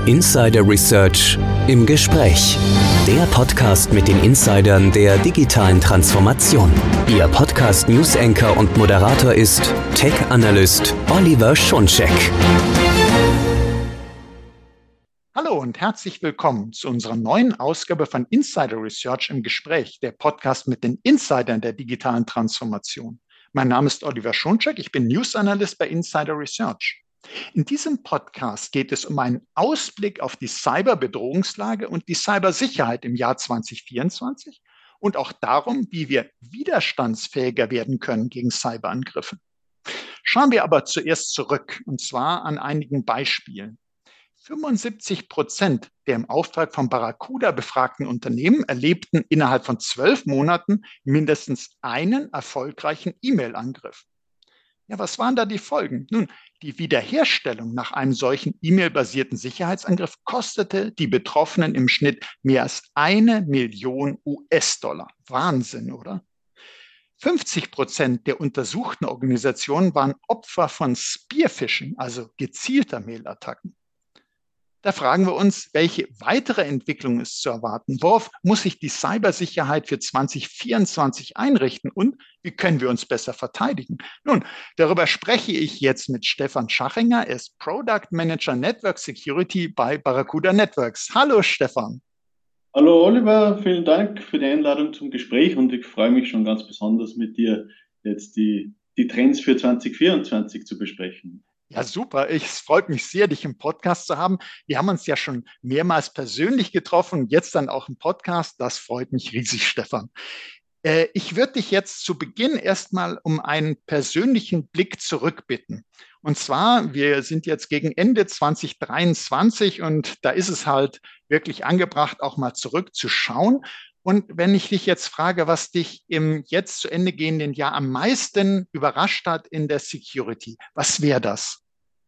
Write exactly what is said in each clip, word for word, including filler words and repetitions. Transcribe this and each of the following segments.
Insider Research im Gespräch. Der Podcast mit den Insidern der digitalen Transformation. Ihr Podcast-News-Anchor und Moderator ist Tech-Analyst Oliver Schoncheck. Hallo und herzlich willkommen zu unserer neuen Ausgabe von Insider Research im Gespräch, der Podcast mit den Insidern der digitalen Transformation. Mein Name ist Oliver Schoncheck, ich bin News Analyst bei Insider Research. In diesem Podcast geht es um einen Ausblick auf die Cyberbedrohungslage und die Cybersicherheit im Jahr zwanzig vierundzwanzig und auch darum, wie wir widerstandsfähiger werden können gegen Cyberangriffe. Schauen wir aber zuerst zurück, und zwar an einigen Beispielen. fünfundsiebzig Prozent der im Auftrag von Barracuda befragten Unternehmen erlebten innerhalb von zwölf Monaten mindestens einen erfolgreichen E-Mail-Angriff. Ja, was waren da die Folgen? Nun, die Wiederherstellung nach einem solchen E-Mail-basierten Sicherheitsangriff kostete die Betroffenen im Schnitt mehr als eine Million U S-Dollar. Wahnsinn, oder? fünfzig Prozent der untersuchten Organisationen waren Opfer von Spear-Phishing, also gezielter Mailattacken. Da fragen wir uns, welche weitere Entwicklung ist zu erwarten? Worauf muss sich die Cybersicherheit für zwanzig vierundzwanzig einrichten und wie können wir uns besser verteidigen? Nun, darüber spreche ich jetzt mit Stefan Schachinger. Er ist Product Manager Network Security bei Barracuda Networks. Hallo Stefan. Hallo Oliver, vielen Dank für die Einladung zum Gespräch und ich freue mich schon ganz besonders mit dir jetzt die, die Trends für zwanzig vierundzwanzig zu besprechen. Ja, super. Es freut mich sehr, dich im Podcast zu haben. Wir haben uns ja schon mehrmals persönlich getroffen und jetzt dann auch im Podcast. Das freut mich riesig, Stefan. Äh, ich würde dich jetzt zu Beginn erstmal um einen persönlichen Blick zurückbitten. Und zwar, wir sind jetzt gegen Ende zwanzig dreiundzwanzig und da ist es halt wirklich angebracht, auch mal zurückzuschauen. Und wenn ich dich jetzt frage, was dich im jetzt zu Ende gehenden Jahr am meisten überrascht hat in der Security, was wäre das?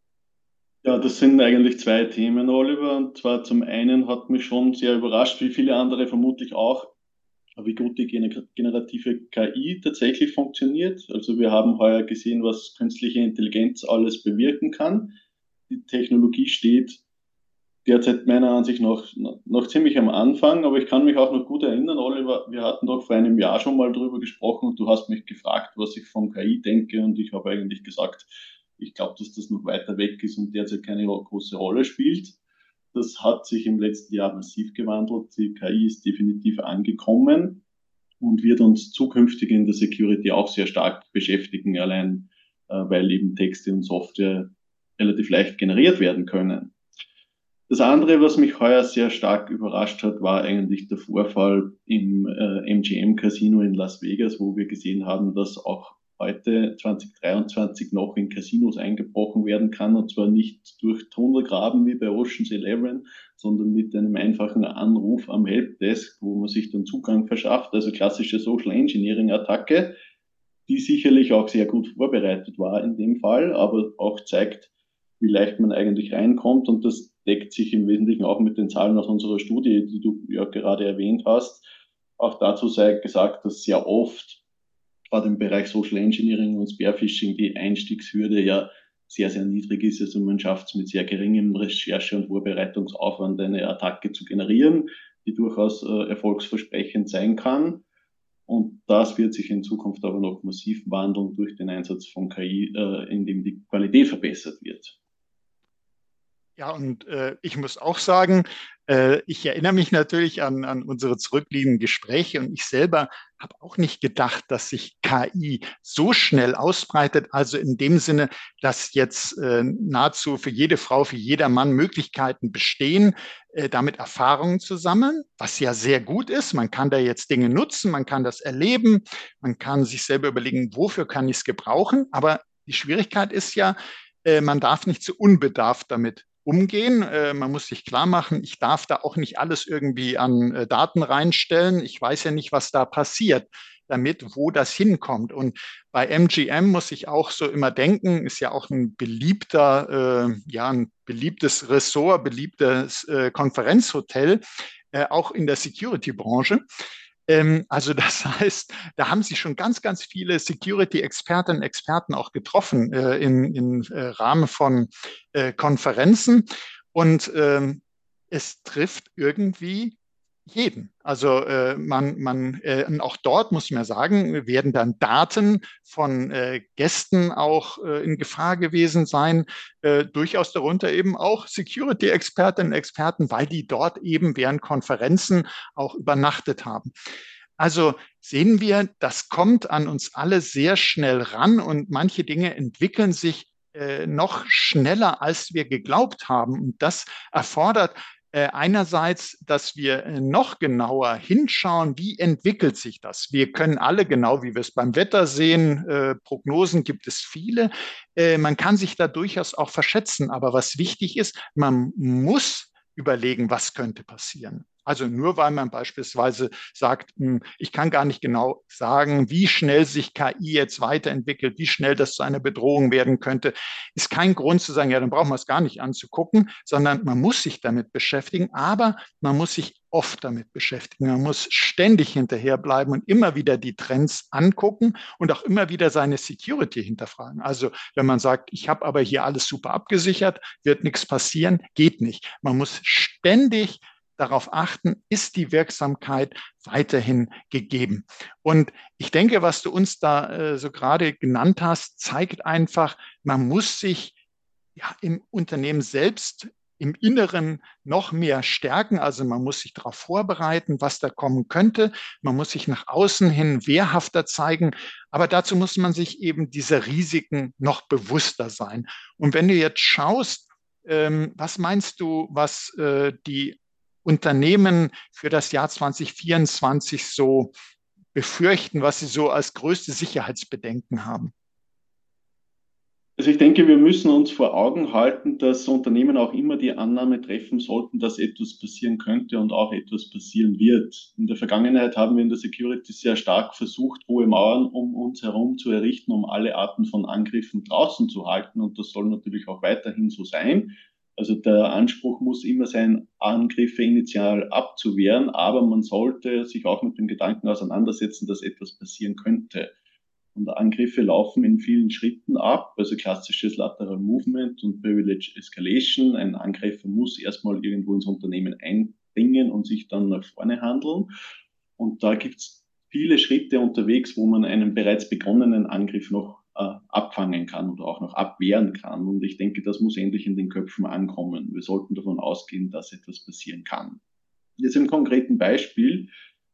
Ja, das sind eigentlich zwei Themen, Oliver. Und zwar zum einen hat mich schon sehr überrascht, wie viele andere vermutlich auch, wie gut die generative K I tatsächlich funktioniert. Also wir haben heuer gesehen, was künstliche Intelligenz alles bewirken kann. Die Technologie steht derzeit meiner Ansicht nach noch ziemlich am Anfang, aber ich kann mich auch noch gut erinnern, Oliver, wir hatten doch vor einem Jahr schon mal drüber gesprochen und du hast mich gefragt, was ich von K I denke und ich habe eigentlich gesagt, ich glaube, dass das noch weiter weg ist und derzeit keine große Rolle spielt. Das hat sich im letzten Jahr massiv gewandelt. Die K I ist definitiv angekommen und wird uns zukünftig in der Security auch sehr stark beschäftigen, allein äh, weil eben Texte und Software relativ leicht generiert werden können. Das andere, was mich heuer sehr stark überrascht hat, war eigentlich der Vorfall im äh, M G M Casino in Las Vegas, wo wir gesehen haben, dass auch heute zwanzig dreiundzwanzig noch in Casinos eingebrochen werden kann, und zwar nicht durch Tunnelgraben wie bei Ocean's Eleven, sondern mit einem einfachen Anruf am Helpdesk, wo man sich dann Zugang verschafft, also klassische Social Engineering Attacke, die sicherlich auch sehr gut vorbereitet war in dem Fall, aber auch zeigt, wie leicht man eigentlich reinkommt, und das deckt sich im Wesentlichen auch mit den Zahlen aus unserer Studie, die du ja gerade erwähnt hast. Auch dazu sei gesagt, dass sehr oft gerade im Bereich Social Engineering und Spearphishing die Einstiegshürde ja sehr, sehr niedrig ist. Also man schafft es mit sehr geringem Recherche- und Vorbereitungsaufwand, eine Attacke zu generieren, die durchaus äh, erfolgsversprechend sein kann. Und das wird sich in Zukunft aber noch massiv wandeln durch den Einsatz von K I, äh, in dem die Qualität verbessert wird. Ja, und äh, ich muss auch sagen, äh, ich erinnere mich natürlich an, an unsere zurückliegenden Gespräche und ich selber habe auch nicht gedacht, dass sich K I so schnell ausbreitet. Also in dem Sinne, dass jetzt äh, nahezu für jede Frau, für jeder Mann Möglichkeiten bestehen, äh, damit Erfahrungen zu sammeln, was ja sehr gut ist. Man kann da jetzt Dinge nutzen, man kann das erleben, man kann sich selber überlegen, wofür kann ich es gebrauchen. Aber die Schwierigkeit ist ja, äh, man darf nicht zu unbedarft damit umgehen. Äh, man muss sich klar machen, ich darf da auch nicht alles irgendwie an äh, Daten reinstellen. Ich weiß ja nicht, was da passiert damit, wo das hinkommt. Und bei M G M muss ich auch so immer denken, ist ja auch ein beliebter, äh, ja, ein beliebtes Ressort, beliebtes äh, Konferenzhotel, äh, auch in der Security-Branche. Ähm, also das heißt, da haben sich schon ganz, ganz viele Security-Expertinnen und Experten auch getroffen äh, in, im äh, Rahmen von äh, Konferenzen. Und ähm, es trifft irgendwie jeden. Also äh, man, man äh, und auch dort muss man sagen, werden dann Daten von äh, Gästen auch äh, in Gefahr gewesen sein, äh, durchaus darunter eben auch Security-Expertinnen und Experten, weil die dort eben während Konferenzen auch übernachtet haben. Also sehen wir, das kommt an uns alle sehr schnell ran und manche Dinge entwickeln sich äh, noch schneller, als wir geglaubt haben. Und das erfordert äh, einerseits, dass wir äh, noch genauer hinschauen, wie entwickelt sich das. Wir können alle, genau wie wir es beim Wetter sehen, äh, Prognosen gibt es viele. Äh, man kann sich da durchaus auch verschätzen. Aber was wichtig ist, man muss überlegen, was könnte passieren. Also nur weil man beispielsweise sagt, ich kann gar nicht genau sagen, wie schnell sich K I jetzt weiterentwickelt, wie schnell das zu einer Bedrohung werden könnte, ist kein Grund zu sagen, ja, dann brauchen wir es gar nicht anzugucken, sondern man muss sich damit beschäftigen, aber man muss sich oft damit beschäftigen. Man muss ständig hinterherbleiben und immer wieder die Trends angucken und auch immer wieder seine Security hinterfragen. Also wenn man sagt, ich habe aber hier alles super abgesichert, wird nichts passieren, geht nicht. Man muss ständig darauf achten, ist die Wirksamkeit weiterhin gegeben. Und ich denke, was du uns da äh, so gerade genannt hast, zeigt einfach, man muss sich ja im Unternehmen selbst im Inneren noch mehr stärken. Also man muss sich darauf vorbereiten, was da kommen könnte. Man muss sich nach außen hin wehrhafter zeigen. Aber dazu muss man sich eben dieser Risiken noch bewusster sein. Und wenn du jetzt schaust, ähm, was meinst du, was äh, die Unternehmen für das Jahr zwanzig vierundzwanzig so befürchten, was sie so als größte Sicherheitsbedenken haben? Also ich denke, wir müssen uns vor Augen halten, dass Unternehmen auch immer die Annahme treffen sollten, dass etwas passieren könnte und auch etwas passieren wird. In der Vergangenheit haben wir in der Security sehr stark versucht, hohe Mauern um uns herum zu errichten, um alle Arten von Angriffen draußen zu halten. Und das soll natürlich auch weiterhin so sein. Also der Anspruch muss immer sein, Angriffe initial abzuwehren, aber man sollte sich auch mit dem Gedanken auseinandersetzen, dass etwas passieren könnte. Und Angriffe laufen in vielen Schritten ab, also klassisches Lateral Movement und Privilege Escalation. Ein Angreifer muss erstmal irgendwo ins Unternehmen eindringen und sich dann nach vorne handeln. Und da gibt es viele Schritte unterwegs, wo man einen bereits begonnenen Angriff noch äh, abfangen kann oder auch noch abwehren kann. Und ich denke, das muss endlich in den Köpfen ankommen. Wir sollten davon ausgehen, dass etwas passieren kann. Jetzt im konkreten Beispiel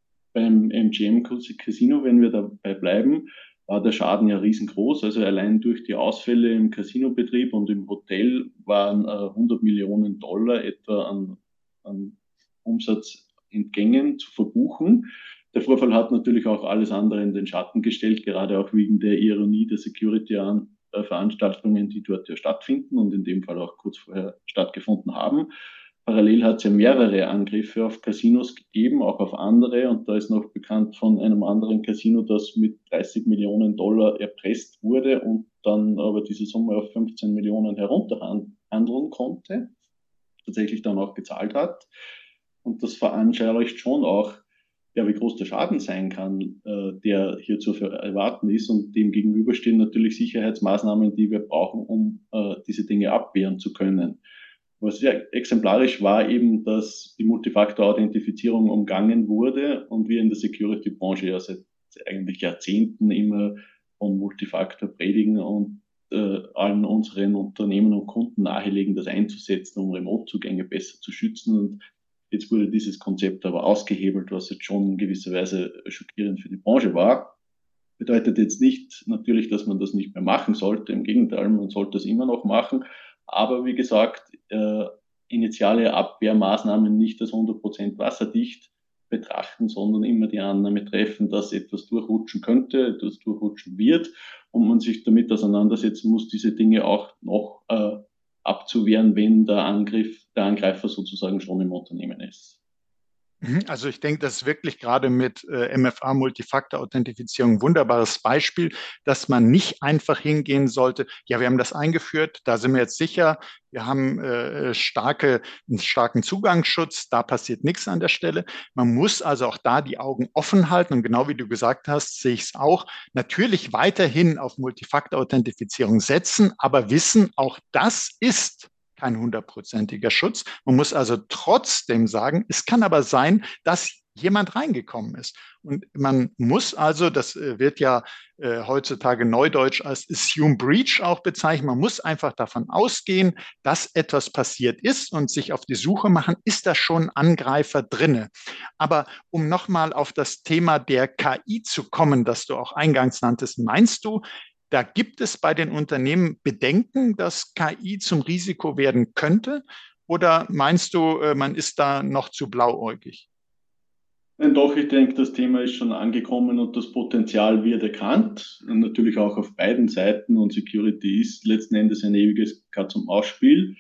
beim M G M Casino, wenn wir dabei bleiben, war der Schaden ja riesengroß. Also allein durch die Ausfälle im Casinobetrieb und im Hotel waren äh, hundert Millionen Dollar etwa an, an Umsatzentgängen zu verbuchen. Der Vorfall hat natürlich auch alles andere in den Schatten gestellt, gerade auch wegen der Ironie der Security-Veranstaltungen, die dort ja stattfinden und in dem Fall auch kurz vorher stattgefunden haben. Parallel hat es ja mehrere Angriffe auf Casinos gegeben, auch auf andere. Und da ist noch bekannt von einem anderen Casino, das mit dreißig Millionen Dollar erpresst wurde und dann aber diese Summe auf fünfzehn Millionen herunterhandeln konnte, tatsächlich dann auch gezahlt hat. Und das veranschaulicht schon auch, ja, wie groß der Schaden sein kann, äh, der hier zu erwarten ist. Und dem gegenüber stehen natürlich Sicherheitsmaßnahmen, die wir brauchen, um äh, diese Dinge abwehren zu können. Was sehr exemplarisch war eben, dass die Multifaktor-Authentifizierung umgangen wurde und wir in der Security-Branche ja seit eigentlich Jahrzehnten immer von Multifaktor predigen und äh, allen unseren Unternehmen und Kunden nahelegen, das einzusetzen, um Remote-Zugänge besser zu schützen. Und jetzt wurde dieses Konzept aber ausgehebelt, was jetzt schon in gewisser Weise schockierend für die Branche war. Bedeutet jetzt nicht natürlich, dass man das nicht mehr machen sollte. Im Gegenteil, man sollte das immer noch machen. Aber wie gesagt, äh, initiale Abwehrmaßnahmen nicht als hundert Prozent wasserdicht betrachten, sondern immer die Annahme treffen, dass etwas durchrutschen könnte, etwas durchrutschen wird und man sich damit auseinandersetzen muss, diese Dinge auch noch äh, abzuwehren, wenn der Angriff, der Angreifer sozusagen schon im Unternehmen ist. Also ich denke, das ist wirklich gerade mit äh, M F A, Multifaktor-Authentifizierung, ein wunderbares Beispiel, dass man nicht einfach hingehen sollte. Ja, wir haben das eingeführt, da sind wir jetzt sicher. Wir haben äh, starke, einen starken Zugangsschutz, da passiert nichts an der Stelle. Man muss also auch da die Augen offen halten und genau wie du gesagt hast, sehe ich es auch. Natürlich weiterhin auf Multifaktor-Authentifizierung setzen, aber wissen, auch das ist kein hundertprozentiger Schutz. Man muss also trotzdem sagen, es kann aber sein, dass jemand reingekommen ist. Und man muss also, das wird ja äh, heutzutage neudeutsch als Assume Breach auch bezeichnet, man muss einfach davon ausgehen, dass etwas passiert ist und sich auf die Suche machen, ist da schon Angreifer drinne. Aber um nochmal auf das Thema der K I zu kommen, das du auch eingangs nanntest, meinst du, da gibt es bei den Unternehmen Bedenken, dass K I zum Risiko werden könnte? Oder meinst du, äh, man ist da noch zu blauäugig? Nein, doch, ich denke, das Thema ist schon angekommen und das Potenzial wird erkannt. Und natürlich auch auf beiden Seiten. Und Security ist letzten Endes ein ewiges Katz-und-Maus-Spiel.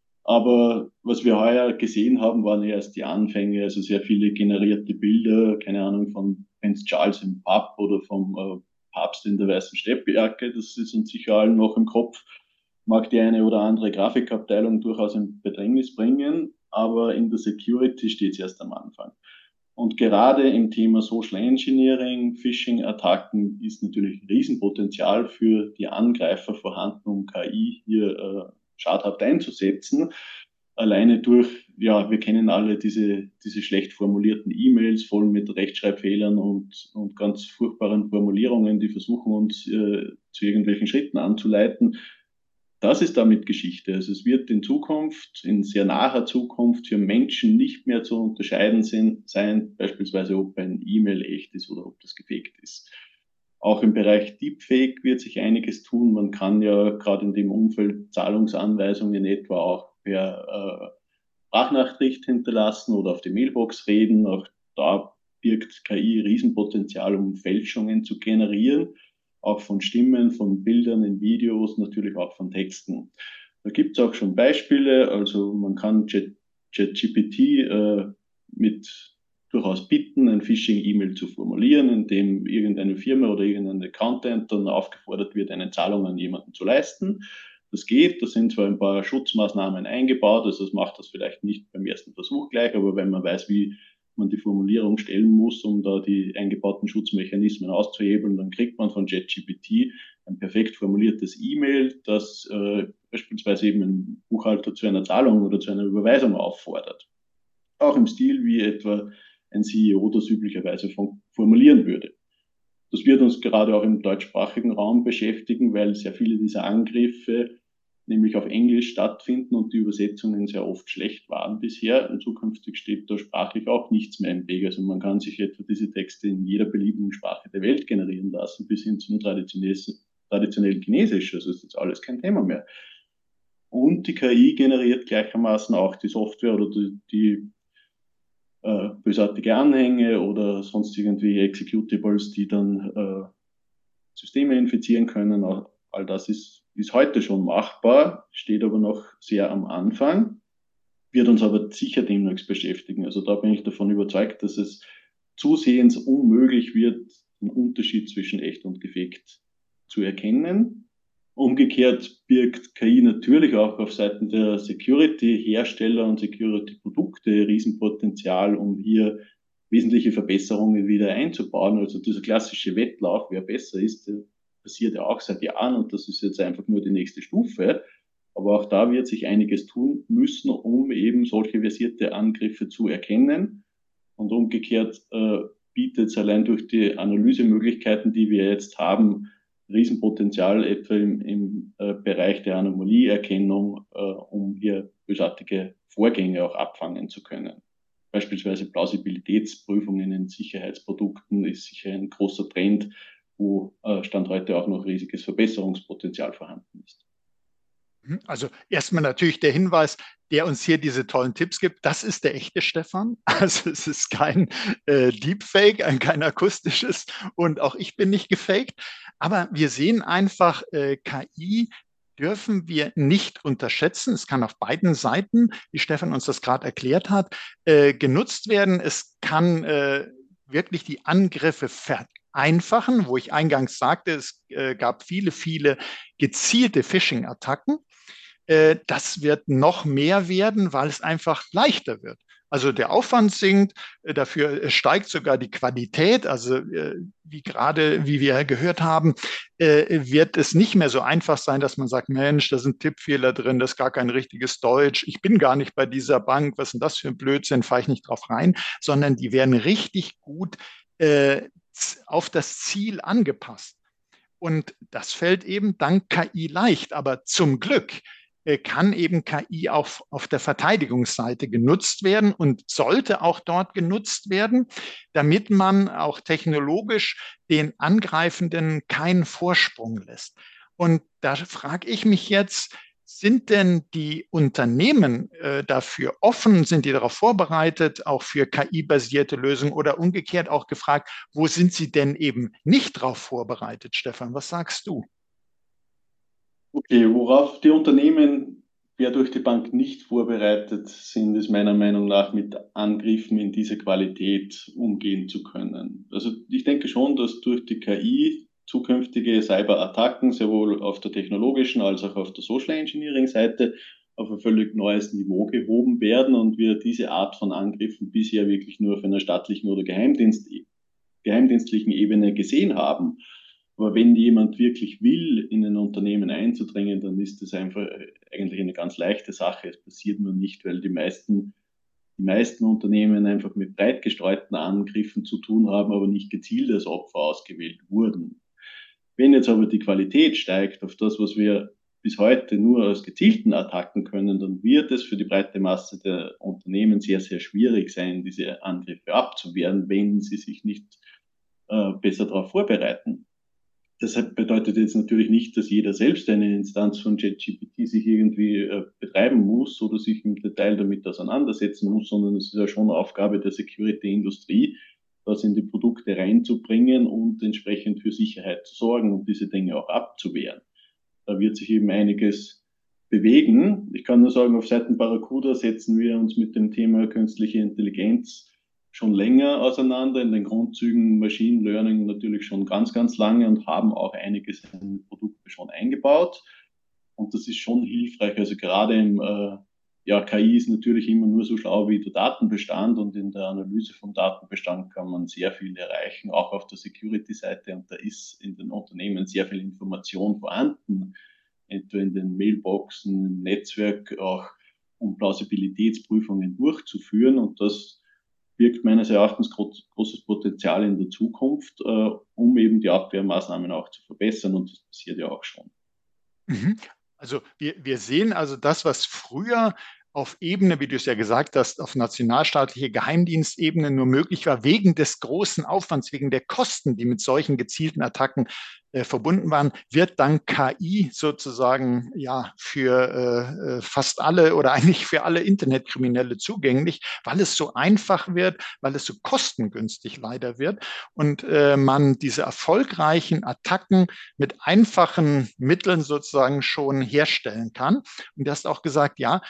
Aber was wir heuer gesehen haben, waren erst die Anfänge. Also sehr viele generierte Bilder, keine Ahnung, von Prinz Charles im Pub oder vom äh, Papst in der weißen Steppjacke. Das ist uns sicher allen noch im Kopf. Mag die eine oder andere Grafikabteilung durchaus in Bedrängnis bringen. Aber in der Security steht es erst am Anfang. Und gerade im Thema Social Engineering, Phishing-Attacken ist natürlich ein Riesenpotenzial für die Angreifer vorhanden, um K I hier äh, schadhaft einzusetzen. Alleine durch, ja, wir kennen alle diese, diese schlecht formulierten E-Mails voll mit Rechtschreibfehlern und, und ganz furchtbaren Formulierungen, die versuchen uns äh, zu irgendwelchen Schritten anzuleiten. Das ist damit Geschichte. Also es wird in Zukunft, in sehr naher Zukunft für Menschen nicht mehr zu unterscheiden sein, beispielsweise ob ein E-Mail echt ist oder ob das gefaked ist. Auch im Bereich Deepfake wird sich einiges tun. Man kann ja gerade in dem Umfeld Zahlungsanweisungen etwa auch per äh, Sprachnachricht hinterlassen oder auf die Mailbox reden. Auch da birgt K I Riesenpotenzial, um Fälschungen zu generieren. Auch von Stimmen, von Bildern in Videos, natürlich auch von Texten. Da gibt es auch schon Beispiele, also man kann ChatGPT äh, mit durchaus bitten, ein Phishing-E-Mail zu formulieren, in dem irgendeine Firma oder irgendein Accountant dann aufgefordert wird, eine Zahlung an jemanden zu leisten. Das geht, da sind zwar ein paar Schutzmaßnahmen eingebaut, also das macht das vielleicht nicht beim ersten Versuch gleich, aber wenn man weiß, wie man die Formulierung stellen muss, um da die eingebauten Schutzmechanismen auszuhebeln, dann kriegt man von ChatGPT ein perfekt formuliertes E-Mail, das äh, beispielsweise eben einen Buchhalter zu einer Zahlung oder zu einer Überweisung auffordert. Auch im Stil, wie etwa ein C E O das üblicherweise formulieren würde. Das wird uns gerade auch im deutschsprachigen Raum beschäftigen, weil sehr viele dieser Angriffe nämlich auf Englisch stattfinden und die Übersetzungen sehr oft schlecht waren bisher. Und zukünftig steht da sprachlich auch nichts mehr im Weg. Also man kann sich etwa diese Texte in jeder beliebigen Sprache der Welt generieren lassen, bis hin zum traditionellen Chinesisch. Also ist jetzt alles kein Thema mehr. Und die K I generiert gleichermaßen auch die Software oder die, die äh, bösartige Anhänge oder sonst irgendwie Executables, die dann äh, Systeme infizieren können. Auch all das ist ist heute schon machbar, steht aber noch sehr am Anfang, wird uns aber sicher demnächst beschäftigen. Also da bin ich davon überzeugt, dass es zusehends unmöglich wird, den Unterschied zwischen echt und gefaked zu erkennen. Umgekehrt birgt K I natürlich auch auf Seiten der Security-Hersteller und Security-Produkte Riesenpotenzial, um hier wesentliche Verbesserungen wieder einzubauen. Also dieser klassische Wettlauf, wer besser ist, passiert ja auch seit Jahren und das ist jetzt einfach nur die nächste Stufe. Aber auch da wird sich einiges tun müssen, um eben solche versierte Angriffe zu erkennen. Und umgekehrt äh, bietet es allein durch die Analysemöglichkeiten, die wir jetzt haben, Riesenpotenzial etwa im, im äh, Bereich der Anomalieerkennung, äh, um hier bösartige Vorgänge auch abfangen zu können. Beispielsweise Plausibilitätsprüfungen in Sicherheitsprodukten ist sicher ein großer Trend, wo äh, Stand heute auch noch riesiges Verbesserungspotenzial vorhanden ist. Also erstmal natürlich der Hinweis, der uns hier diese tollen Tipps gibt, das ist der echte Stefan. Also es ist kein äh, Deepfake, ein kein akustisches und auch ich bin nicht gefaked. Aber wir sehen einfach, äh, K I dürfen wir nicht unterschätzen. Es kann auf beiden Seiten, wie Stefan uns das gerade erklärt hat, äh, genutzt werden. Es kann äh, wirklich die Angriffe vereinfachen, wo ich eingangs sagte, es äh, gab viele, viele gezielte Phishing-Attacken. Äh, das wird noch mehr werden, weil es einfach leichter wird. Also der Aufwand sinkt, äh, dafür steigt sogar die Qualität. Also äh, wie gerade, wie wir gehört haben, äh, wird es nicht mehr so einfach sein, dass man sagt, Mensch, da sind Tippfehler drin, das ist gar kein richtiges Deutsch, ich bin gar nicht bei dieser Bank, was ist denn das für ein Blödsinn, fahre ich nicht drauf rein, sondern die werden richtig gut äh, auf das Ziel angepasst. Und das fällt eben dank K I leicht. Aber zum Glück äh, kann eben K I auch auf der Verteidigungsseite genutzt werden und sollte auch dort genutzt werden, damit man auch technologisch den Angreifenden keinen Vorsprung lässt. Und da frage ich mich jetzt, sind denn die Unternehmen äh, dafür offen? Sind die darauf vorbereitet, auch für K I-basierte Lösungen oder umgekehrt auch gefragt, wo sind sie denn eben nicht darauf vorbereitet, Stefan? Was sagst du? Okay, worauf die Unternehmen quer durch die Bank nicht vorbereitet sind, ist meiner Meinung nach mit Angriffen in dieser Qualität umgehen zu können. Also ich denke schon, dass durch die K I zukünftige Cyberattacken sowohl auf der technologischen als auch auf der Social Engineering Seite auf ein völlig neues Niveau gehoben werden und wir diese Art von Angriffen bisher wirklich nur auf einer staatlichen oder Geheimdienst, geheimdienstlichen Ebene gesehen haben. Aber wenn jemand wirklich will, in ein Unternehmen einzudringen, dann ist das einfach eigentlich eine ganz leichte Sache. Es passiert nur nicht, weil die meisten, die meisten Unternehmen einfach mit breit gestreuten Angriffen zu tun haben, aber nicht gezielt als Opfer ausgewählt wurden. Wenn jetzt aber die Qualität steigt auf das, was wir bis heute nur aus gezielten Attacken können, dann wird es für die breite Masse der Unternehmen sehr, sehr schwierig sein, diese Angriffe abzuwehren, wenn sie sich nicht äh, besser darauf vorbereiten. Das bedeutet jetzt natürlich nicht, dass jeder selbst eine Instanz von ChatGPT sich irgendwie äh, betreiben muss oder sich im Detail damit auseinandersetzen muss, sondern es ist ja schon Aufgabe der Security-Industrie, das in die Produkte reinzubringen und entsprechend für Sicherheit zu sorgen und diese Dinge auch abzuwehren. Da wird sich eben einiges bewegen. Ich kann nur sagen, auf Seiten Barracuda setzen wir uns mit dem Thema künstliche Intelligenz schon länger auseinander, in den Grundzügen Machine Learning natürlich schon ganz, ganz lange und haben auch einiges in Produkte schon eingebaut. Und das ist schon hilfreich. Also gerade im äh, ja, K I ist natürlich immer nur so schlau wie der Datenbestand und in der Analyse vom Datenbestand kann man sehr viel erreichen, auch auf der Security-Seite. Und da ist in den Unternehmen sehr viel Information vorhanden, etwa in den Mailboxen, im Netzwerk, auch um Plausibilitätsprüfungen durchzuführen. Und das birgt meines Erachtens groß, großes Potenzial in der Zukunft, äh, um eben die Abwehrmaßnahmen auch zu verbessern. Und das passiert ja auch schon. Mhm. Also wir, wir sehen also das, was früher auf Ebene, wie du es ja gesagt hast, auf nationalstaatlicher Geheimdienstebene nur möglich war, wegen des großen Aufwands, wegen der Kosten, die mit solchen gezielten Attacken äh, verbunden waren, wird dann K I sozusagen ja für äh, fast alle oder eigentlich für alle Internetkriminelle zugänglich, weil es so einfach wird, weil es so kostengünstig leider wird und äh, man diese erfolgreichen Attacken mit einfachen Mitteln sozusagen schon herstellen kann. Und du hast auch gesagt, ja,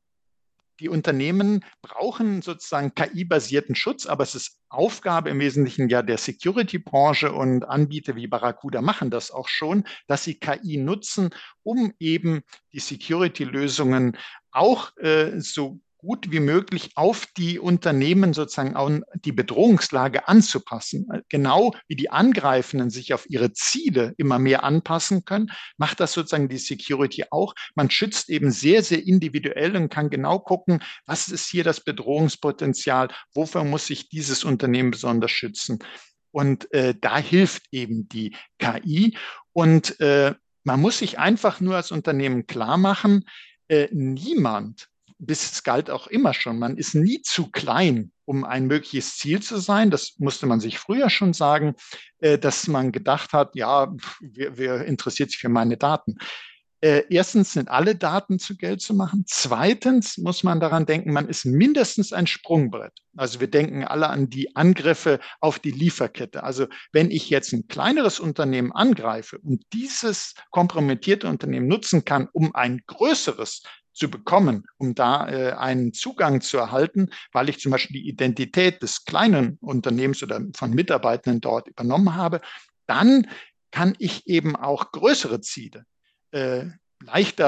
die Unternehmen brauchen sozusagen K I-basierten Schutz, aber es ist Aufgabe im Wesentlichen ja der Security-Branche und Anbieter wie Barracuda machen das auch schon, dass sie K I nutzen, um eben die Security-Lösungen auch äh, so gut wie möglich auf die Unternehmen sozusagen auch die Bedrohungslage anzupassen. Genau wie die Angreifenden sich auf ihre Ziele immer mehr anpassen können, macht das sozusagen die Security auch. Man schützt eben sehr, sehr individuell und kann genau gucken, was ist hier das Bedrohungspotenzial, wofür muss sich dieses Unternehmen besonders schützen. Und äh, da hilft eben die K I. Und äh, man muss sich einfach nur als Unternehmen klar machen, äh, niemand, bis es galt auch immer schon, man ist nie zu klein, um ein mögliches Ziel zu sein. Das musste man sich früher schon sagen, äh, dass man gedacht hat, ja, wer, wer interessiert sich für meine Daten? Äh, erstens sind alle Daten zu Geld zu machen. Zweitens muss man daran denken, man ist mindestens ein Sprungbrett. Also wir denken alle an die Angriffe auf die Lieferkette. Also wenn ich jetzt ein kleineres Unternehmen angreife und dieses kompromittierte Unternehmen nutzen kann, um ein größeres zu bekommen, um da äh, einen Zugang zu erhalten, weil ich zum Beispiel die Identität des kleinen Unternehmens oder von Mitarbeitenden dort übernommen habe, dann kann ich eben auch größere Ziele äh, leichter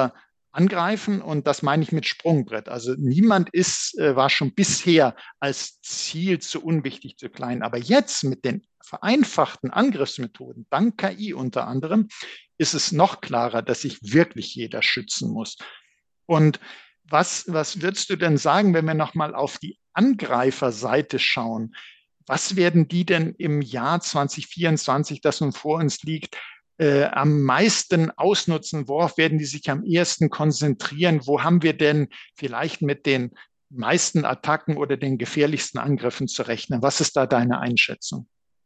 angreifen und das meine ich mit Sprungbrett. Also niemand ist, äh, war schon bisher als Ziel zu unwichtig, zu klein. Aber jetzt mit den vereinfachten Angriffsmethoden, dank K I unter anderem, ist es noch klarer, dass sich wirklich jeder schützen muss. Und was, was würdest du denn sagen, wenn wir nochmal auf die Angreiferseite schauen? Was werden die denn im Jahr zwanzig vierundzwanzig, das nun vor uns liegt, äh, am meisten ausnutzen? Worauf werden die sich am ehesten konzentrieren? Wo haben wir denn vielleicht mit den meisten Attacken oder den gefährlichsten Angriffen zu rechnen? Was ist da deine Einschätzung?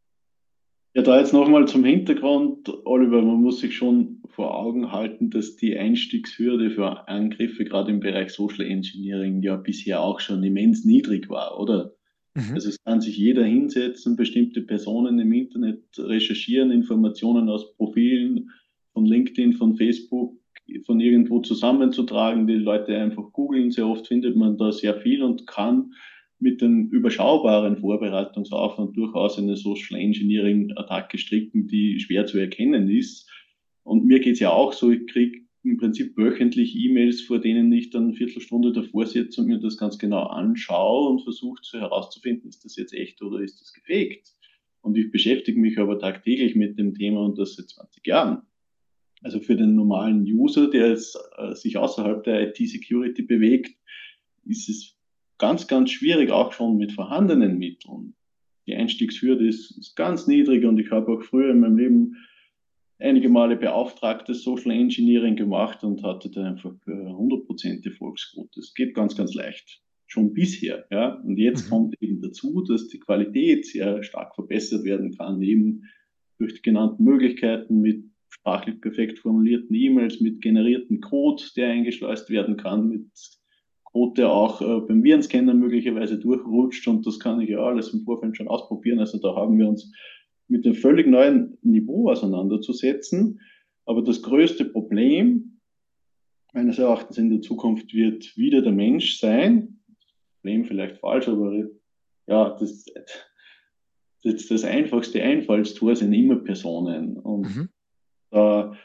Ja, da jetzt nochmal zum Hintergrund, Oliver, man muss sich schon vor Augen halten, dass die Einstiegshürde für Angriffe gerade im Bereich Social Engineering ja bisher auch schon immens niedrig war, oder? Mhm. Also es kann sich jeder hinsetzen, bestimmte Personen im Internet recherchieren, Informationen aus Profilen von LinkedIn, von Facebook, von irgendwo zusammenzutragen, die Leute einfach googeln. Sehr oft findet man da sehr viel und kann mit dem überschaubaren Vorbereitungsaufwand durchaus eine Social Engineering-Attacke stricken, die schwer zu erkennen ist. Und mir geht's ja auch so, ich kriege im Prinzip wöchentlich E-Mails, vor denen ich dann eine Viertelstunde davor sitze und mir das ganz genau anschaue und versuche so herauszufinden, ist das jetzt echt oder ist das gefaked? Und ich beschäftige mich aber tagtäglich mit dem Thema und das seit zwanzig Jahren. Also für den normalen User, der jetzt, äh, sich außerhalb der I T-Security bewegt, ist es ganz, ganz schwierig, auch schon mit vorhandenen Mitteln. Die Einstiegshürde ist, ist ganz niedrig und ich habe auch früher in meinem Leben einige Male beauftragtes Social Engineering gemacht und hatte da einfach äh, hundert Prozent Erfolgsquote. Das geht ganz, ganz leicht. Schon bisher, ja. Und jetzt Mhm. kommt eben dazu, dass die Qualität sehr stark verbessert werden kann, eben durch die genannten Möglichkeiten mit sprachlich perfekt formulierten E-Mails, mit generierten Code, der eingeschleust werden kann, mit Code, der auch äh, beim Virenscanner möglicherweise durchrutscht und das kann ich ja alles im Vorfeld schon ausprobieren. Also da haben wir uns mit einem völlig neuen Niveau auseinanderzusetzen. Aber das größte Problem meines Erachtens in der Zukunft wird wieder der Mensch sein. Problem vielleicht falsch, aber ja, das, das, das einfachste Einfallstor sind immer Personen. Und Mhm. da,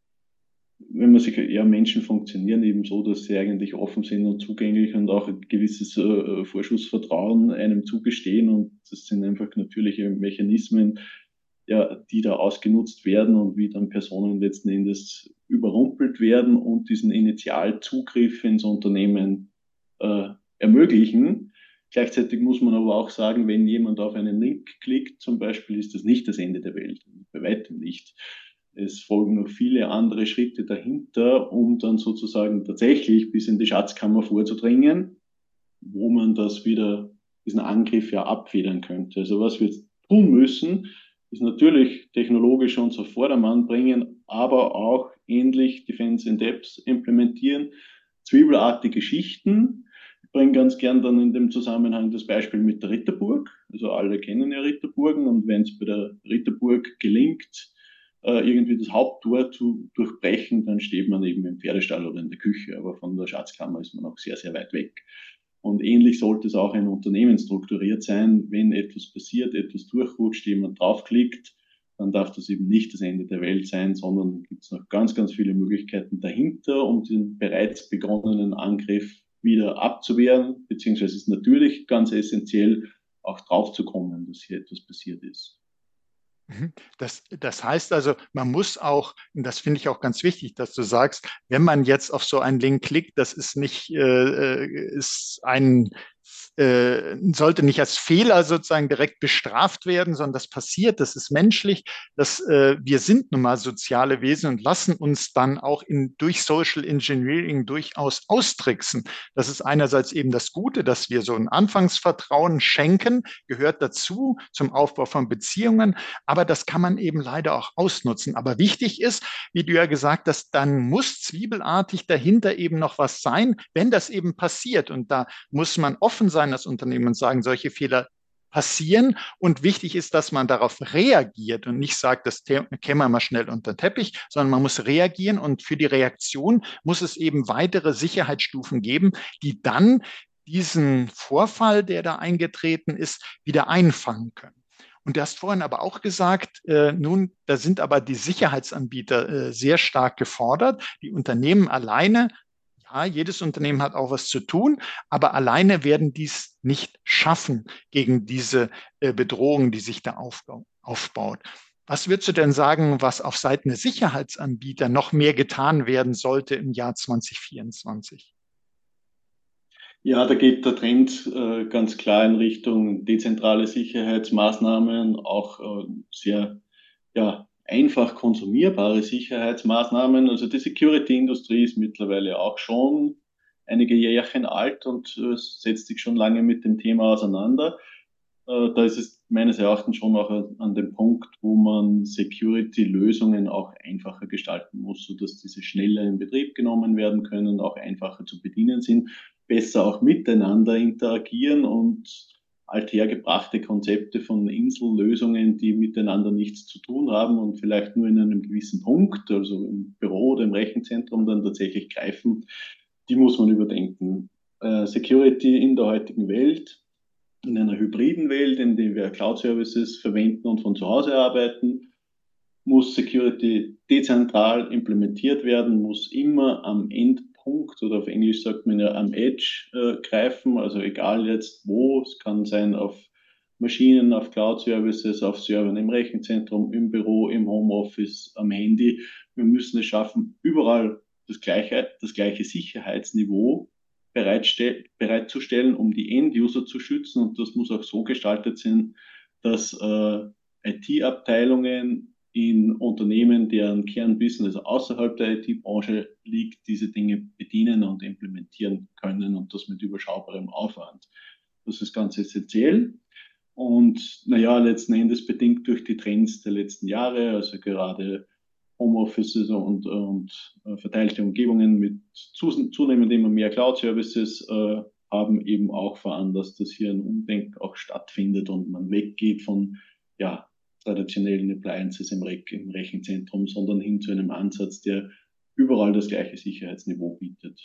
wenn man sich, ja, Menschen funktionieren eben so, dass sie eigentlich offen sind und zugänglich und auch ein gewisses äh, Vorschussvertrauen einem zugestehen. Und das sind einfach natürliche Mechanismen, ja, die da ausgenutzt werden und wie dann Personen letzten Endes überrumpelt werden und diesen Initialzugriff ins Unternehmen äh, ermöglichen. Gleichzeitig muss man aber auch sagen, wenn jemand auf einen Link klickt, zum Beispiel, ist das nicht das Ende der Welt. Bei weitem nicht. Es folgen noch viele andere Schritte dahinter, um dann sozusagen tatsächlich bis in die Schatzkammer vorzudringen, wo man das wieder, diesen Angriff ja abfedern könnte. Also was wir jetzt tun müssen, ist natürlich technologisch uns auf Vordermann bringen, aber auch ähnlich Defense in Depth implementieren, zwiebelartige Schichten. Ich bringe ganz gern dann in dem Zusammenhang das Beispiel mit der Ritterburg. Also alle kennen ja Ritterburgen und wenn es bei der Ritterburg gelingt, irgendwie das Haupttor zu durchbrechen, dann steht man eben im Pferdestall oder in der Küche, aber von der Schatzkammer ist man auch sehr, sehr weit weg. Und ähnlich sollte es auch in Unternehmen strukturiert sein. Wenn etwas passiert, etwas durchrutscht, jemand draufklickt, dann darf das eben nicht das Ende der Welt sein, sondern gibt es noch ganz, ganz viele Möglichkeiten dahinter, um den bereits begonnenen Angriff wieder abzuwehren, beziehungsweise ist natürlich ganz essentiell, auch draufzukommen, dass hier etwas passiert ist. Das, das heißt also, man muss auch, und das finde ich auch ganz wichtig, dass du sagst, wenn man jetzt auf so einen Link klickt, das ist nicht, äh, ist ein, äh, sollte nicht als Fehler sozusagen direkt bestraft werden, sondern das passiert, das ist menschlich, dass äh, wir sind nun mal soziale Wesen und lassen uns dann auch in, durch Social Engineering durchaus austricksen. Das ist einerseits eben das Gute, dass wir so ein Anfangsvertrauen schenken, gehört dazu zum Aufbau von Beziehungen, aber das kann man eben leider auch ausnutzen. Aber wichtig ist, wie du ja gesagt hast, dann muss zwiebelartig dahinter eben noch was sein, wenn das eben passiert. Und da muss man offen sein als Unternehmen und sagen, solche Fehler passieren. Und wichtig ist, dass man darauf reagiert und nicht sagt, das kämen wir mal schnell unter den Teppich, sondern man muss reagieren. Und für die Reaktion muss es eben weitere Sicherheitsstufen geben, die dann diesen Vorfall, der da eingetreten ist, wieder einfangen können. Und du hast vorhin aber auch gesagt, äh, nun, da sind aber die Sicherheitsanbieter äh, sehr stark gefordert. Die Unternehmen alleine Ja, jedes Unternehmen hat auch was zu tun, aber alleine werden die es nicht schaffen gegen diese äh, Bedrohung, die sich da aufbau- aufbaut. Was würdest du denn sagen, was auf Seiten der Sicherheitsanbieter noch mehr getan werden sollte im Jahr zwanzig vierundzwanzig? Ja, da geht der Trend äh, ganz klar in Richtung dezentrale Sicherheitsmaßnahmen, auch äh, sehr ja, einfach konsumierbare Sicherheitsmaßnahmen. Also die Security-Industrie ist mittlerweile auch schon einige Jährchen alt und äh, setzt sich schon lange mit dem Thema auseinander. Äh, da ist es meines Erachtens schon auch an dem Punkt, wo man Security-Lösungen auch einfacher gestalten muss, sodass diese schneller in Betrieb genommen werden können, auch einfacher zu bedienen sind, besser auch miteinander interagieren und althergebrachte Konzepte von Insellösungen, die miteinander nichts zu tun haben und vielleicht nur in einem gewissen Punkt, also im Büro oder im Rechenzentrum dann tatsächlich greifen, die muss man überdenken. Äh, Security in der heutigen Welt, in einer hybriden Welt, in der wir Cloud-Services verwenden und von zu Hause arbeiten, muss Security dezentral implementiert werden, muss immer am Endpunkt oder auf Englisch sagt man ja am Edge äh, greifen, also egal jetzt wo, es kann sein auf Maschinen, auf Cloud-Services, auf Servern im Rechenzentrum, im Büro, im Homeoffice, am Handy. Wir müssen es schaffen, überall das gleiche, das gleiche Sicherheitsniveau bereitzustellen, um die End-User zu schützen. Und das muss auch so gestaltet sein, dass äh, I T-Abteilungen in Unternehmen, deren Kernbusiness außerhalb der I T-Branche liegt, diese Dinge bedienen und implementieren können und das mit überschaubarem Aufwand. Das ist ganz essentiell. Und naja, letzten Endes bedingt durch die Trends der letzten Jahre, also gerade Homeoffices und, und äh, verteilte Umgebungen mit zunehmend immer mehr Cloud-Services äh, haben eben auch veranlasst, dass hier ein Umdenken auch stattfindet und man weggeht von ja, traditionellen Appliances im, Re im Rechenzentrum, sondern hin zu einem Ansatz, der überall das gleiche Sicherheitsniveau bietet.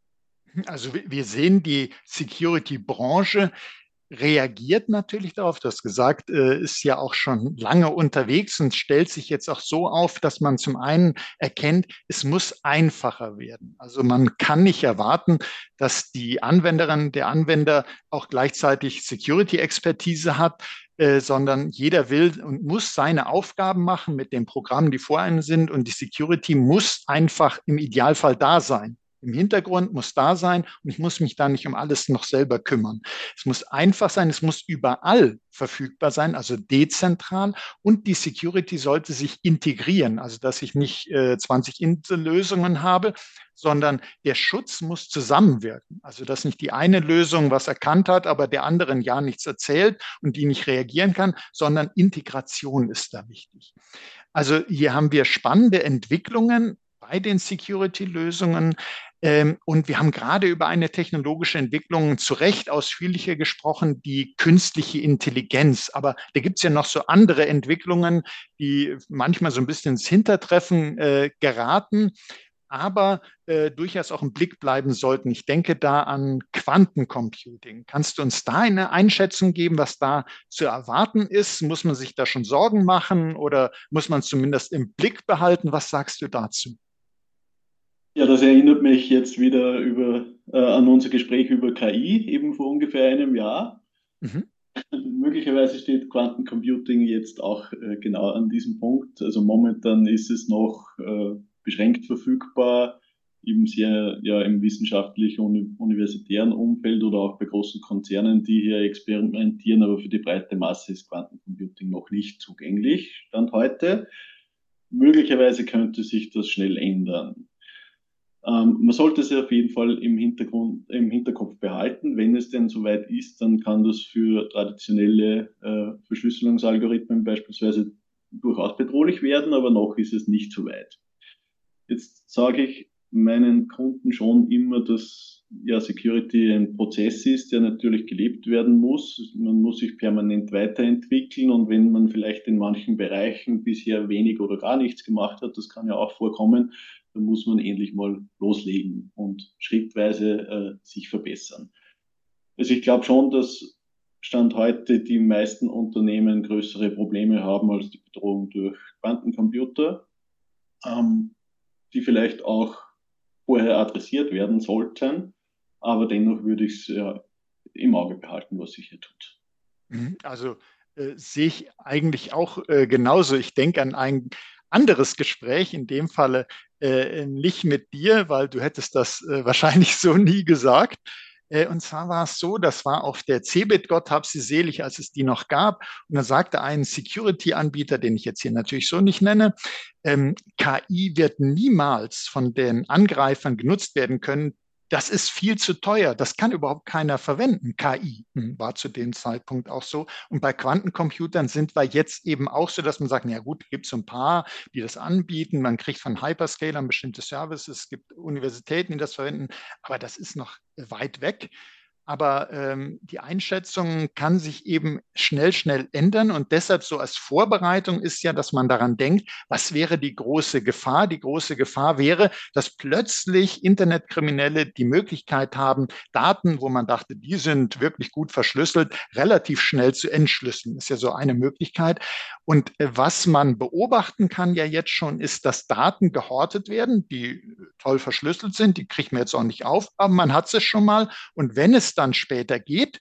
Also wir sehen, die Security-Branche reagiert natürlich darauf. Du hast gesagt, äh, ist ja auch schon lange unterwegs und stellt sich jetzt auch so auf, dass man zum einen erkennt, es muss einfacher werden. Also man kann nicht erwarten, dass die Anwenderin, der Anwender auch gleichzeitig Security-Expertise hat, äh, sondern jeder will und muss seine Aufgaben machen mit den Programmen, die vor einem sind, und die Security muss einfach im Idealfall da sein. Im Hintergrund muss da sein und ich muss mich da nicht um alles noch selber kümmern. Es muss einfach sein, es muss überall verfügbar sein, also dezentral, und die Security sollte sich integrieren, also dass ich nicht äh, zwanzig Lösungen habe, sondern der Schutz muss zusammenwirken. Also dass nicht die eine Lösung was erkannt hat, aber der anderen ja nichts erzählt und die nicht reagieren kann, sondern Integration ist da wichtig. Also hier haben wir spannende Entwicklungen bei den Security-Lösungen. Ähm, und wir haben gerade über eine technologische Entwicklung zu Recht ausführlicher gesprochen, die künstliche Intelligenz. Aber da gibt es ja noch so andere Entwicklungen, die manchmal so ein bisschen ins Hintertreffen äh, geraten, aber äh, durchaus auch im Blick bleiben sollten. Ich denke da an Quantencomputing. Kannst du uns da eine Einschätzung geben, was da zu erwarten ist? Muss man sich da schon Sorgen machen oder muss man es zumindest im Blick behalten? Was sagst du dazu? Ja, das erinnert mich jetzt wieder über, äh, an unser Gespräch über K I, eben vor ungefähr einem Jahr. Mhm. Möglicherweise steht Quantencomputing jetzt auch äh, genau an diesem Punkt. Also momentan ist es noch äh, beschränkt verfügbar, eben sehr ja, im wissenschaftlich-universitären Umfeld oder auch bei großen Konzernen, die hier experimentieren, aber für die breite Masse ist Quantencomputing noch nicht zugänglich, Stand heute. Möglicherweise könnte sich das schnell ändern. Ähm, man sollte es auf jeden Fall im Hintergrund, im Hinterkopf behalten. Wenn es denn soweit ist, dann kann das für traditionelle äh, Verschlüsselungsalgorithmen beispielsweise durchaus bedrohlich werden, aber noch ist es nicht so weit. Jetzt sage ich meinen Kunden schon immer, dass ja, Security ein Prozess ist, der natürlich gelebt werden muss. Man muss sich permanent weiterentwickeln und wenn man vielleicht in manchen Bereichen bisher wenig oder gar nichts gemacht hat, das kann ja auch vorkommen, dann muss man endlich mal loslegen und schrittweise äh, sich verbessern. Also ich glaube schon, dass Stand heute die meisten Unternehmen größere Probleme haben als die Bedrohung durch Quantencomputer, ähm, die vielleicht auch vorher adressiert werden sollten. Aber dennoch würde ich es ja im Auge behalten, was sich hier tut. Also äh, sehe ich eigentlich auch äh, genauso. Ich denke an ein anderes Gespräch, in dem Falle äh, nicht mit dir, weil du hättest das äh, wahrscheinlich so nie gesagt. Äh, und zwar war es so, das war auf der Cebit, Gott hab sie selig, als es die noch gab. Und da sagte ein Security-Anbieter, den ich jetzt hier natürlich so nicht nenne, ähm, K I wird niemals von den Angreifern genutzt werden können. Das ist viel zu teuer. Das kann überhaupt keiner verwenden. K I war zu dem Zeitpunkt auch so. Und bei Quantencomputern sind wir jetzt eben auch so, dass man sagt, na gut, es gibt so ein paar, die das anbieten. Man kriegt von Hyperscalern bestimmte Services. Es gibt Universitäten, die das verwenden. Aber das ist noch weit weg. Aber ähm, die Einschätzung kann sich eben schnell, schnell ändern. Und deshalb so als Vorbereitung ist ja, dass man daran denkt, was wäre die große Gefahr? Die große Gefahr wäre, dass plötzlich Internetkriminelle die Möglichkeit haben, Daten, wo man dachte, die sind wirklich gut verschlüsselt, relativ schnell zu entschlüsseln. Das ist ja so eine Möglichkeit. Und äh, was man beobachten kann ja jetzt schon, ist, dass Daten gehortet werden, die toll verschlüsselt sind. Die kriegt man jetzt auch nicht auf, aber man hat sie schon mal. Und wenn es dann später geht,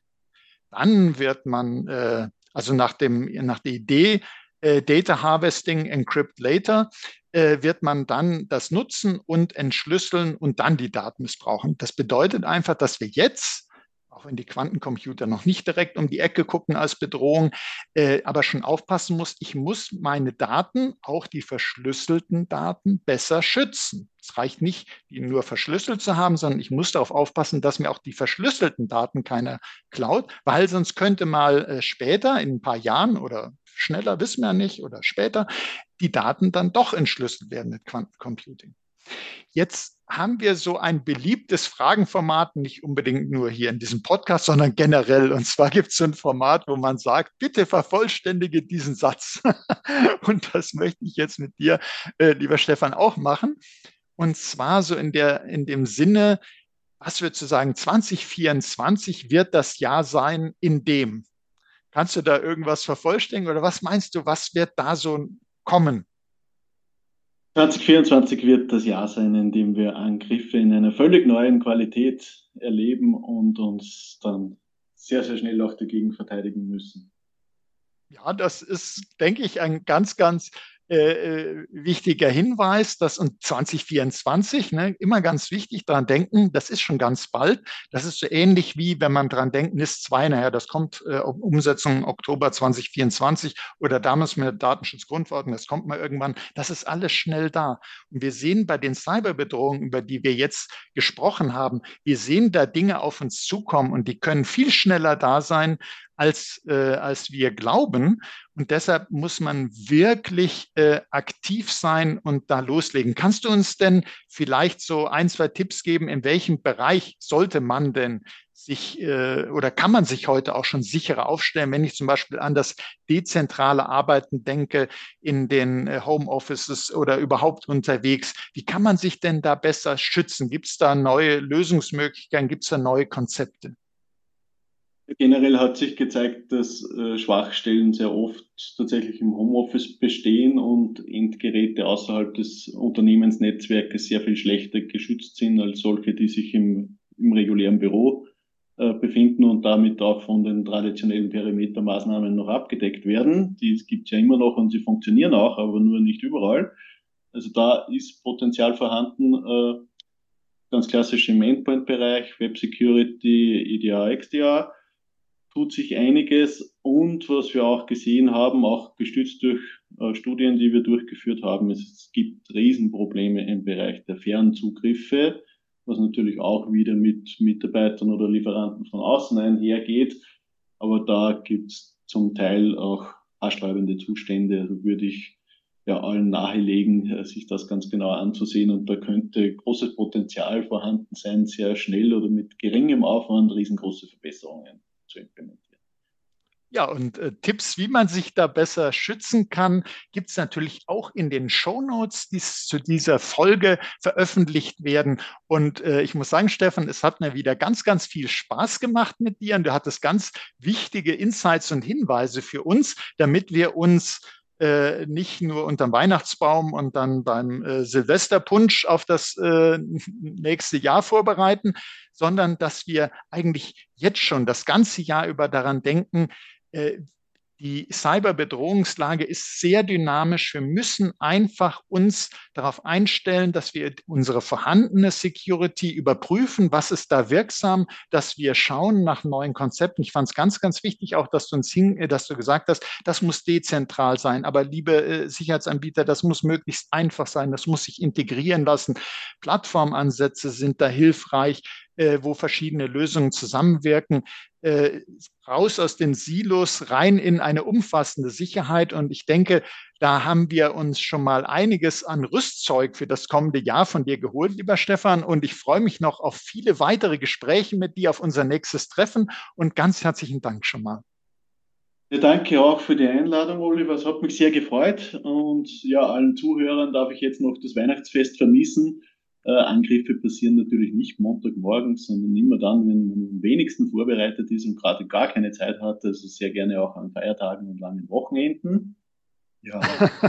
dann wird man, äh, also nach, dem, nach der Idee äh, Data Harvesting, Encrypt Later, äh, wird man dann das nutzen und entschlüsseln und dann die Daten missbrauchen. Das bedeutet einfach, dass wir jetzt, auch wenn die Quantencomputer noch nicht direkt um die Ecke gucken als Bedrohung, äh, aber schon aufpassen muss, ich muss meine Daten, auch die verschlüsselten Daten, besser schützen. Es reicht nicht, die nur verschlüsselt zu haben, sondern ich muss darauf aufpassen, dass mir auch die verschlüsselten Daten keiner klaut, weil sonst könnte mal äh, später, in ein paar Jahren oder schneller, wissen wir nicht, oder später, die Daten dann doch entschlüsselt werden mit Quantencomputing. Jetzt haben wir so ein beliebtes Fragenformat, nicht unbedingt nur hier in diesem Podcast, sondern generell. Und zwar gibt es so ein Format, wo man sagt, bitte vervollständige diesen Satz. Und das möchte ich jetzt mit dir, äh, lieber Stefan, auch machen. Und zwar so in der, in dem Sinne, was würdest du sagen, zwanzig vierundzwanzig wird das Jahr sein, in dem. Kannst du da irgendwas vervollständigen oder was meinst du, was wird da so kommen? zwanzig vierundzwanzig wird das Jahr sein, in dem wir Angriffe in einer völlig neuen Qualität erleben und uns dann sehr, sehr schnell auch dagegen verteidigen müssen. Ja, das ist, denke ich, ein ganz, ganz äh, wichtiger Hinweis, dass und zwanzig vierundzwanzig, ne, immer ganz wichtig daran denken, das ist schon ganz bald. Das ist so ähnlich wie, wenn man daran denkt, N I S zwei, naja, das kommt äh, Umsetzung Oktober zwanzig vierundzwanzig oder damals mit der Datenschutzgrundverordnung, das kommt mal irgendwann. Das ist alles schnell da. Und wir sehen bei den Cyberbedrohungen, über die wir jetzt gesprochen haben, wir sehen da Dinge auf uns zukommen und die können viel schneller da sein, als, äh, als wir glauben. Und deshalb muss man wirklich äh, aktiv sein und da loslegen. Kannst du uns denn vielleicht so ein, zwei Tipps geben, in welchem Bereich sollte man denn sich äh, oder kann man sich heute auch schon sicherer aufstellen, wenn ich zum Beispiel an das dezentrale Arbeiten denke, in den äh, Homeoffices oder überhaupt unterwegs. Wie kann man sich denn da besser schützen? Gibt es da neue Lösungsmöglichkeiten? Gibt es da neue Konzepte? Generell hat sich gezeigt, dass äh, Schwachstellen sehr oft tatsächlich im Homeoffice bestehen und Endgeräte außerhalb des Unternehmensnetzwerkes sehr viel schlechter geschützt sind als solche, die sich im, im regulären Büro äh, befinden und damit auch von den traditionellen Perimetermaßnahmen noch abgedeckt werden. Die gibt es ja immer noch und sie funktionieren auch, aber nur nicht überall. Also da ist Potenzial vorhanden, äh, ganz klassisch im Endpoint-Bereich, Web Security, E D R, X D R. Tut sich einiges und was wir auch gesehen haben, auch gestützt durch äh, Studien, die wir durchgeführt haben, ist, es gibt Riesenprobleme im Bereich der Fernzugriffe, was natürlich auch wieder mit Mitarbeitern oder Lieferanten von außen einhergeht, aber da gibt es zum Teil auch haarsträubende Zustände, also würde ich ja allen nahelegen, sich das ganz genau anzusehen und da könnte großes Potenzial vorhanden sein, sehr schnell oder mit geringem Aufwand riesengroße Verbesserungen zu implementieren. Ja, und äh, Tipps, wie man sich da besser schützen kann, gibt es natürlich auch in den Shownotes, die zu dieser Folge veröffentlicht werden. Und äh, ich muss sagen, Stefan, es hat mir wieder ganz, ganz viel Spaß gemacht mit dir. Und du hattest ganz wichtige Insights und Hinweise für uns, damit wir uns äh, nicht nur unterm Weihnachtsbaum und dann beim äh, Silvesterpunsch auf das äh, nächste Jahr vorbereiten, sondern dass wir eigentlich jetzt schon das ganze Jahr über daran denken, äh, die Cyberbedrohungslage ist sehr dynamisch. Wir müssen einfach uns darauf einstellen, dass wir unsere vorhandene Security überprüfen, was ist da wirksam, dass wir schauen nach neuen Konzepten. Ich fand es ganz, ganz wichtig auch, dass du, uns hin, dass du gesagt hast, das muss dezentral sein. Aber liebe äh, Sicherheitsanbieter, das muss möglichst einfach sein. Das muss sich integrieren lassen. Plattformansätze sind da hilfreich, äh, wo verschiedene Lösungen zusammenwirken. Äh, raus aus den Silos, rein in eine umfassende Sicherheit. Und ich denke, da haben wir uns schon mal einiges an Rüstzeug für das kommende Jahr von dir geholt, lieber Stefan. Und ich freue mich noch auf viele weitere Gespräche mit dir, auf unser nächstes Treffen. Und ganz herzlichen Dank schon mal. Ja, danke auch für die Einladung, Oliver. Es hat mich sehr gefreut. Und ja, allen Zuhörern darf ich jetzt noch das Weihnachtsfest vermissen. Äh, Angriffe passieren natürlich nicht Montagmorgens, sondern immer dann, wenn man am wenigsten vorbereitet ist und gerade gar keine Zeit hat. Also sehr gerne auch an Feiertagen und langen Wochenenden. Ja.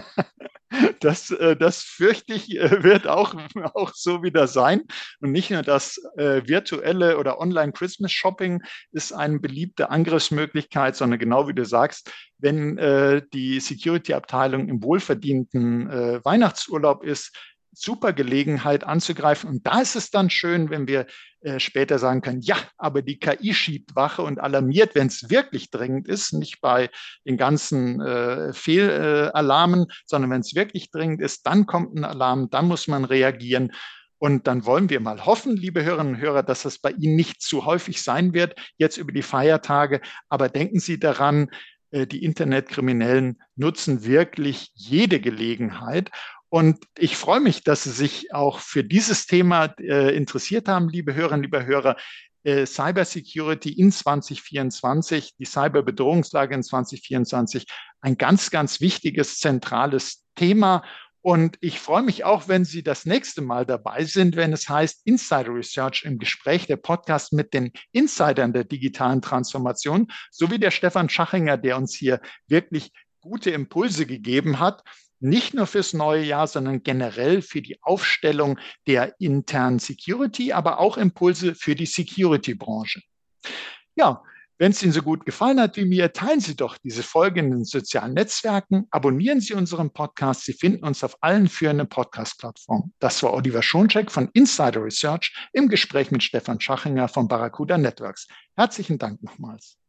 Das, äh, das fürchte ich, äh, wird auch, auch so wieder sein. Und nicht nur das äh, virtuelle oder Online-Christmas-Shopping ist eine beliebte Angriffsmöglichkeit, sondern genau wie du sagst, wenn äh, die Security-Abteilung im wohlverdienten äh, Weihnachtsurlaub ist, super Gelegenheit anzugreifen. Und da ist es dann schön, wenn wir äh, später sagen können, ja, aber die K I schiebt Wache und alarmiert, wenn es wirklich dringend ist, nicht bei den ganzen äh, Fehlalarmen, sondern wenn es wirklich dringend ist, dann kommt ein Alarm, dann muss man reagieren. Und dann wollen wir mal hoffen, liebe Hörerinnen und Hörer, dass das bei Ihnen nicht zu häufig sein wird, jetzt über die Feiertage. Aber denken Sie daran, äh, die Internetkriminellen nutzen wirklich jede Gelegenheit. Und ich freue mich, dass Sie sich auch für dieses Thema äh, interessiert haben, liebe Hörerinnen, liebe Hörer. Äh, Cybersecurity in zwanzig vierundzwanzig, die Cyberbedrohungslage in zwanzig vierundzwanzig, ein ganz, ganz wichtiges, zentrales Thema. Und ich freue mich auch, wenn Sie das nächste Mal dabei sind, wenn es heißt Insider Research im Gespräch, der Podcast mit den Insidern der digitalen Transformation, sowie der Stefan Schachinger, der uns hier wirklich gute Impulse gegeben hat. Nicht nur fürs neue Jahr, sondern generell für die Aufstellung der internen Security, aber auch Impulse für die Security-Branche. Ja, wenn es Ihnen so gut gefallen hat wie mir, teilen Sie doch diese Folge in den sozialen Netzwerken, abonnieren Sie unseren Podcast. Sie finden uns auf allen führenden Podcast-Plattformen. Das war Oliver Schoncheck von Insider Research im Gespräch mit Stefan Schachinger von Barracuda Networks. Herzlichen Dank nochmals.